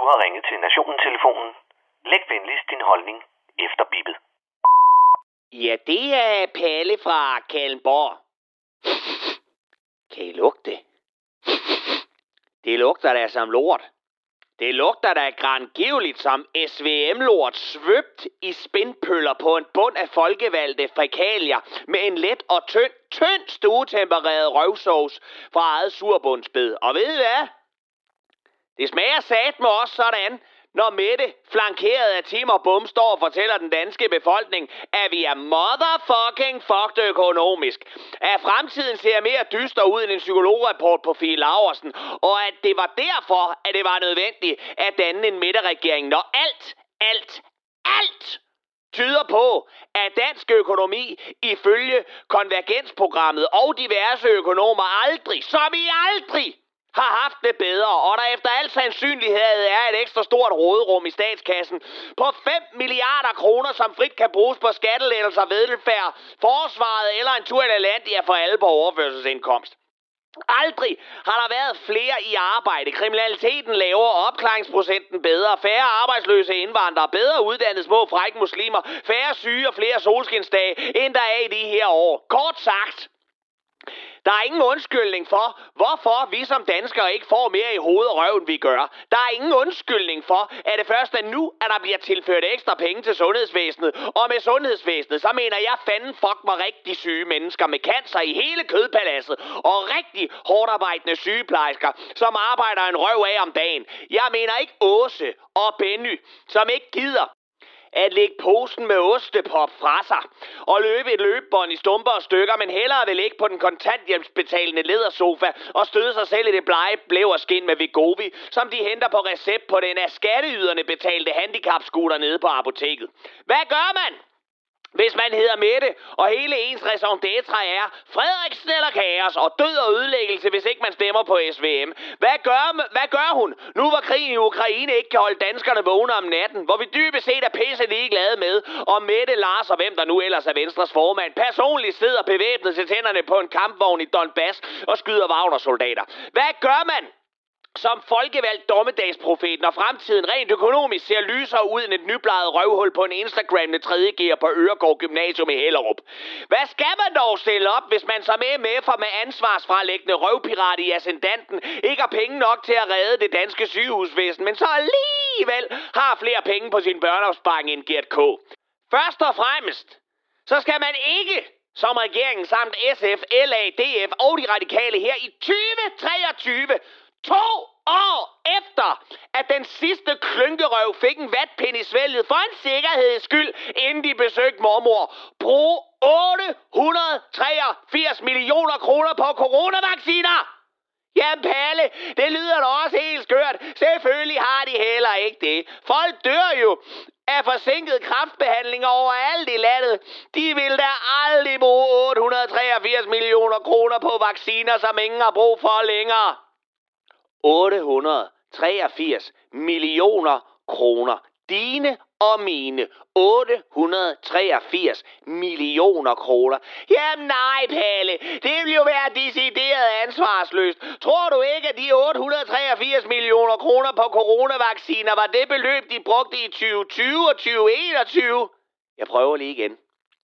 har ringet til Nationen-telefonen. Læg venligst din holdning efter bippet. Ja, det er Palle fra Kalmborg. Kan I lugte det? Det lugter da som lort. Det lugter da grangiveligt som SVM-lort svøbt i spindpøller på en bund af folkevalgte fækalier med en let og tynd stuetempereret røvsovs fra eget surbundsbed. Og ved I hvad? Det smager satme også sådan, når Mette, flankeret af Tim og Bum, står og fortæller den danske befolkning, at vi er motherfucking fucked økonomisk. At fremtiden ser mere dyster ud end en psykolograpport på Fie Laursen, og at det var derfor, at det var nødvendigt at danne en midterregering, når alt tyder på, at dansk økonomi ifølge konvergensprogrammet og diverse økonomer aldrig har haft det bedre, og der efter al sandsynlighed er et ekstra stort råderum i statskassen på 5 milliarder kroner, som frit kan bruges på skattelettelser, velfærd, forsvaret eller en tur i Lalandia for alle på overførselsindkomst. Aldrig har der været flere i arbejde, kriminaliteten lavere, opklaringsprocenten bedre, færre arbejdsløse indvandrere, bedre uddannede små frække muslimer, færre syge og flere solskinsdage, end der er i de her år. Kort sagt, der er ingen undskyldning for, hvorfor vi som danskere ikke får mere i hoved og røv, end vi gør. Der er ingen undskyldning for, at det først er nu, at der bliver tilført ekstra penge til sundhedsvæsenet. Og med sundhedsvæsenet, så mener jeg fanden fuck mig rigtig syge mennesker med cancer i hele kødpaladset. Og rigtig hårdt arbejdende sygeplejersker, som arbejder en røv af om dagen. Jeg mener ikke Åse og Benny, som ikke gider at lægge posen med ostepop fra sig og løbe et løbebånd i stumper og stykker, men hellere vil ligge på den kontanthjælpsbetalende lædersofa og støde sig selv i det blege blæverskin med Wegovy, som de henter på recept på den af skatteyderne betalte handicapscooter nede på apoteket. Hvad gør man, hvis man hedder Mette, og hele ens raison d'être er Frederiksen eller kaos og død og ødelæggelse, hvis ikke man stemmer på SVM? Hvad gør hun, nu hvor krigen i Ukraine ikke kan holde danskerne vågne om natten, hvor vi dybest set er pisse ligeglade med, og Mette, Lars og hvem der nu ellers er Venstres formand, personligt sidder bevæbnet til tænderne på en kampvogn i Donbass og skyder Wagner-soldater? Hvad gør man som folkevalgt dommedagsprofet, når fremtiden rent økonomisk ser lysere ud end et nybladet røvhul på en Instagram med 3. G'er på Øregård Gymnasium i Hellerup? Hvad skal man dog stille op, hvis man som MF'er med ansvarsfralæggende røvpirat i ascendanten ikke har penge nok til at redde det danske sygehusvæsen, men så alligevel har flere penge på sin børneopsparing end Gert K? Først og fremmest, så skal man ikke som regeringen samt SF, LA, DF og de radikale her i 2023, 2 år efter, at den sidste klynkerøv fik en vatpind i svælget for en sikkerheds skyld, inden de besøgte mormor, bruge 883 millioner kroner på coronavacciner. Jamen Palle, det lyder da også helt skørt. Selvfølgelig har de heller ikke det. Folk dør jo af forsinket kræftbehandling overalt i landet. De vil da aldrig bruge 883 millioner kroner på vacciner, som ingen har brug for længere. 883 millioner kroner. Dine og mine. 883 millioner kroner. Jamen nej, Palle. Det vil jo være decideret ansvarsløst. Tror du ikke, at de 883 millioner kroner på coronavacciner var det beløb, de brugte i 2020 og 2021? Jeg prøver lige igen.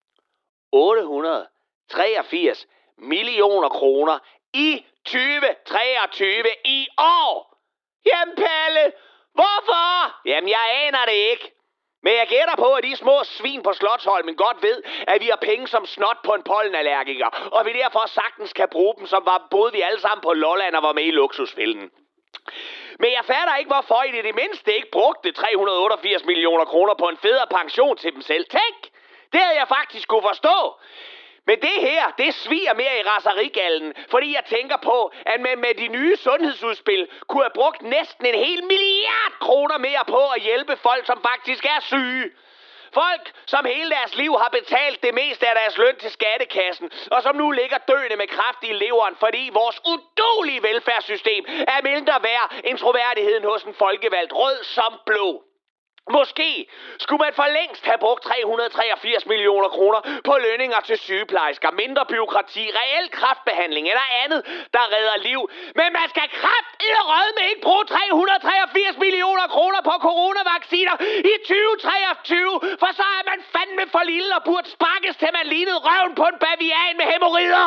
883 millioner kroner i 2023 i år. Jamen Palle, hvorfor? Jamen jeg aner det ikke. Men jeg gætter på, at de små svin på Slotsholmen godt ved, at vi har penge som snot på en pollenallergiker, og vi derfor sagtens kan bruge dem, som var boede vi alle sammen på Lolland og var med i luksusfælden. Men jeg fatter ikke, hvorfor I det mindste ikke brugte 388 millioner kroner på en federe pension til dem selv. Tænk, det havde jeg faktisk kunne forstå. Men det her, det sviger mere i raserigallen, fordi jeg tænker på, at man med de nye sundhedsudspil kunne have brugt næsten 1 milliard kroner mere på at hjælpe folk, som faktisk er syge. Folk, som hele deres liv har betalt det meste af deres løn til skattekassen, og som nu ligger døende med kræft i leveren, fordi vores uduelige velfærdssystem er mindre værd end troværdigheden hos en folkevalgt rød som blå. Måske skulle man for længst have brugt 383 millioner kroner på lønninger til sygeplejersker, mindre byråkrati, reel kræftbehandling eller andet, der redder liv. Men man skal kraftedderrødme ikke bruge 383 millioner kroner på coronavacciner i 2023, for så er man fandme for lille og burde sparkes til man lignede røven på en bavian med hæmorrider.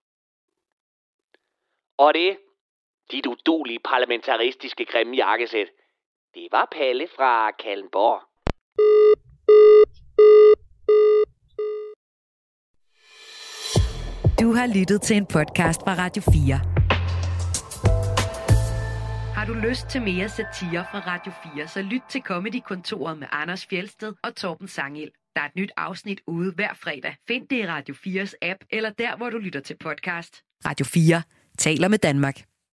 Og det, dit udulige parlamentaristiske grimme jakkesæt, det var Palle fra Kalundborg. Du har lyttet til en podcast fra Radio 4. Har du lyst til mere satire fra Radio 4, så lyt til Comedy-kontoret med Anders Fjeldsted og Torben Sangild. Der er et nyt afsnit ude hver fredag. Find det i Radio 4's app, eller der, hvor du lytter til podcast. Radio 4 taler med Danmark.